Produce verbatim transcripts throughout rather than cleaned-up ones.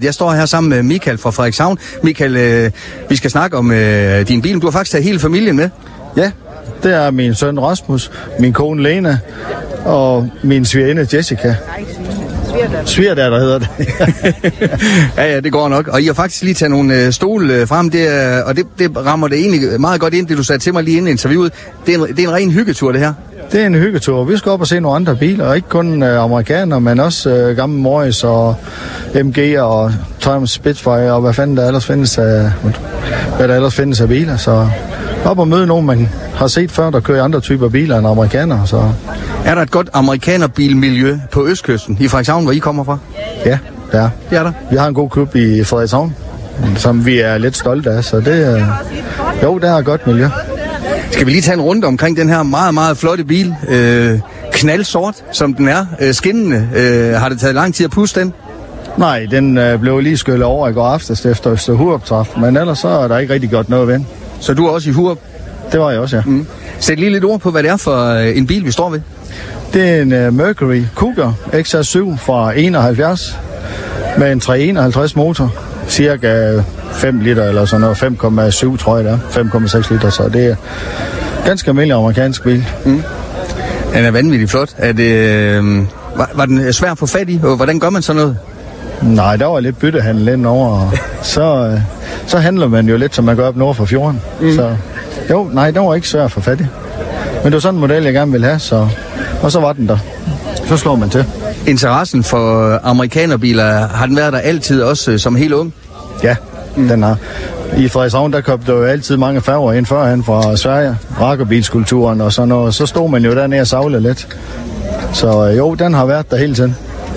Jeg står her sammen med Michael fra Frederikshavn. Michael, øh, vi skal snakke om øh, din bil. Du har faktisk taget hele familien med. Ja, det er min søn Rasmus, min kone Lena og min svigerinde Jessica. Svigerdatter hedder det. ja, ja, det går nok. Og I har faktisk lige taget nogle øh, stole øh, frem, det er, og det, det rammer det egentlig meget godt ind, det du sagde til mig lige inden interviewet. Det er en, det er en ren hyggetur, det her. Det er en hyggetur. Vi skal op og se nogle andre biler, og ikke kun øh, amerikanere, men også øh, gamle Morris og M G og Times Spitfire og hvad fanden der ellers findes af, hvad der ellers findes af biler. Så op og møde nogen, man har set før, der kører andre typer biler end amerikanere. Så. Er der et godt amerikanerbilmiljø på Østkysten i Frederikshavn, hvor I kommer fra? Ja, det er. Det er der. Vi har en god klub i Frederikshavn, som vi er lidt stolte af, så det øh, jo, det er et godt miljø. Skal vi lige tage en runde omkring den her meget, meget flotte bil? Øh, knaldsort, som den er. Øh, skinnende. Øh, har det taget lang tid at puste den? Nej, den øh, blev lige skyllet over i går aftes efter Østerhurup-træf, men ellers så er der ikke rigtig godt noget ved den. Så du er også i Hurup? Det var jeg også, ja. Mm. Sæt lige lidt ord på, hvad det er for øh, en bil, vi står ved. Det er en uh, Mercury Cougar X R syv fra enoghalvfjerds med en tre hundrede enoghalvtreds motor. Cirka fem liter eller sådan noget. fem komma syv tror jeg det er. fem komma seks liter, så det er ganske almindelig amerikansk bil. Mm. Den er vanvittigt flot. Er det, øh, var, var den svær at få fat i? Og hvordan gør man sådan noget? Nej, der var lidt byttehandel ind over. så, øh, så handler man jo lidt, som man gør op nord for fjorden. Mm. Så jo, nej, den var ikke svær at få fat i. Men det var sådan en model, jeg gerne ville have, så, og så var den der. Så slår man til. Interessen for amerikanerbiler, har den været der altid, også som helt ung? Ja, mm. den har. I Frederikshavn, der kom der jo altid mange færger ind førhen fra Sverige, rakkerbilskulturen og sådan noget. Så stod man jo dernede og savlede lidt. Så jo, den har været der hele tiden.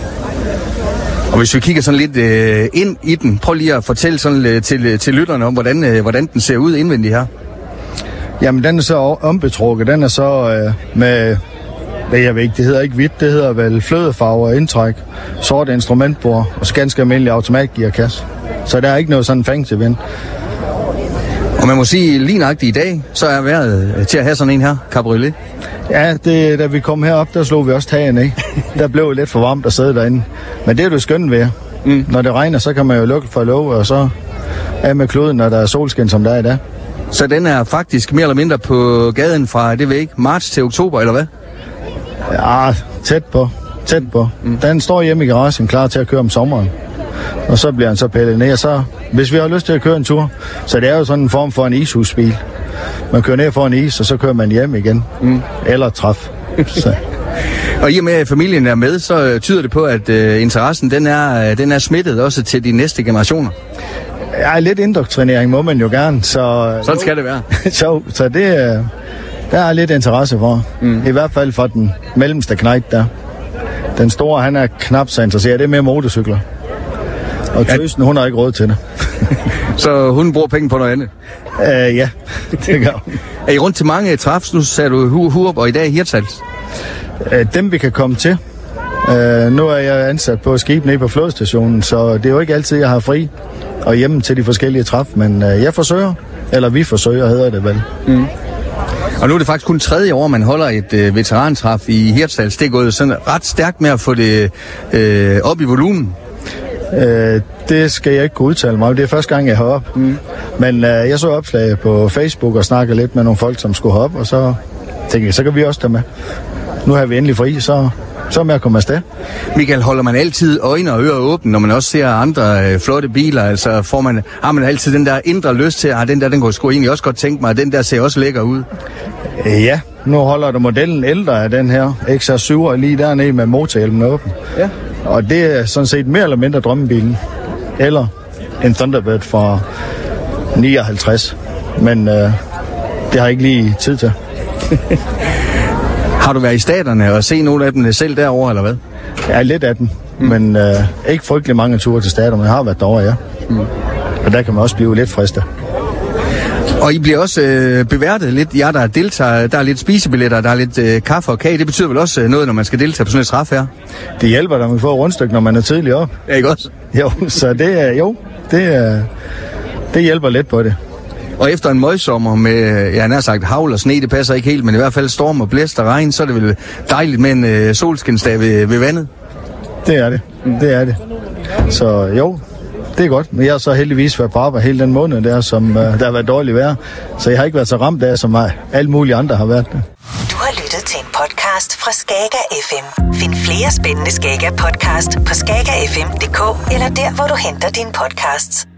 Og hvis vi kigger sådan lidt øh, ind i den, prøv lige at fortælle sådan, øh, til, til lytterne om, hvordan, øh, hvordan den ser ud indvendigt her. Jamen, den er så ombetrukket. Den er så øh, med, hvad jeg ved ikke, det hedder ikke hvidt, det hedder vel flødefarve og indtræk, sort instrumentbord og ganske almindelig automatgearkasse. Så der er ikke noget sådan fancy ved den. Og man må sige, lige nøjagtigt i dag, så er vejret til at have sådan en her, cabriolet. Ja, det, da vi kom herop, der slog vi også tagen af. Der blev lidt for varmt at sidde derinde. Men det er jo skønt ved. Mm. Når det regner, så kan man jo lukke for lov, og så er med kloden, når der er solskin, som der er i dag. Så den er faktisk mere eller mindre på gaden fra, det ved jeg ikke, marts til oktober, eller hvad? Ja, tæt på. Tæt på. Mm. Den står hjemme i garagen, klar til at køre om sommeren. Og så bliver han så pillet ned, og så, hvis vi har lyst til at køre en tur, så det er jo sådan en form for en ishusbil. Man kører ned for en is, og så kører man hjem igen. Mm. Eller træf. Så. Og i og med, at familien er med, så tyder det på, at uh, interessen den er, den er smittet også til de næste generationer. Ja, lidt indoktrinering må man jo gerne. Så, sådan skal det være. så, så det der er lidt interesse for. Mm. I hvert fald for den mellemste knægt der. Den store, han er knap så interesseret. Det er mere motorcykler. Og tøsen, hun har ikke råd til det. Så hun bruger penge på noget andet? Uh, ja, det gør hun. Er I rundt til mange træfs? Nu sagde du Hurup, og i dag Hirtshals. Uh, dem vi kan komme til. Uh, nu er jeg ansat på skib nede på flådestationen, så det er jo ikke altid, jeg har fri og hjemme til de forskellige træf, men uh, jeg forsøger, eller vi forsøger, hedder det vel. Mm. Og nu er det faktisk kun tredje år, man holder et uh, veterantræf i Hirtshals. Det er gået sådan ret stærkt med at få det uh, op i volumen. Øh, det skal jeg ikke kunne udtale mig. Det er første gang, jeg har op. Mm. Men øh, jeg så opslag på Facebook og snakkede lidt med nogle folk, som skulle hoppe, og så tænkte jeg, så kan vi også tage med. Nu har vi endelig fri, så, så er med at komme afsted. Michael, holder man altid øjne og ører åbne, når man også ser andre øh, flotte biler? Altså får man, har man altid den der indre lyst til, at den der, den kunne sgu egentlig også godt tænke mig, at den der ser også lækker ud? Øh, ja, nu holder du modellen ældre af den her X R syv lige dernede med motorhjelmen åben. Ja. Og det er sådan set mere eller mindre drømmebilen. Eller en Thunderbird fra nioghalvtreds. Men øh, det har jeg ikke lige tid til. Har du været i staterne og set nogle af dem selv derovre, eller hvad? Ja, lidt af dem. Mm. Men øh, ikke frygtelig mange ture til staterne, men jeg har været derovre, ja. Mm. Og der kan man også blive lidt fristet. Og I bliver også øh, beværtet lidt. Ja, der er deltager, der er lidt spisebilletter, der er lidt øh, kaffe og kage. Det betyder vel også øh, noget, når man skal deltage på sådan et træf her? Det hjælper, når man får et rundstykke, når man er tidlig op. Ja, ikke også? Jo, så det er jo, det er, det hjælper lidt på det. Og efter en møgsommer med, jeg nær sagt, havl og sne, det passer ikke helt, men i hvert fald storm og blæst og regn, så er det vel dejligt med en øh, solskinsdag ved, ved vandet? Det er det, mm. det er det. Så jo, det er godt. Men jeg har så heldigvis været på arbejde hele den måned der, som øh, der har været dårligt vejr. Så jeg har ikke været så ramt af, som alle mulige andre har været. Du har lyttet til en podcast fra Skager F M. Find flere spændende Skager podcast på skager f m punktum d k eller der, hvor du henter dine podcasts.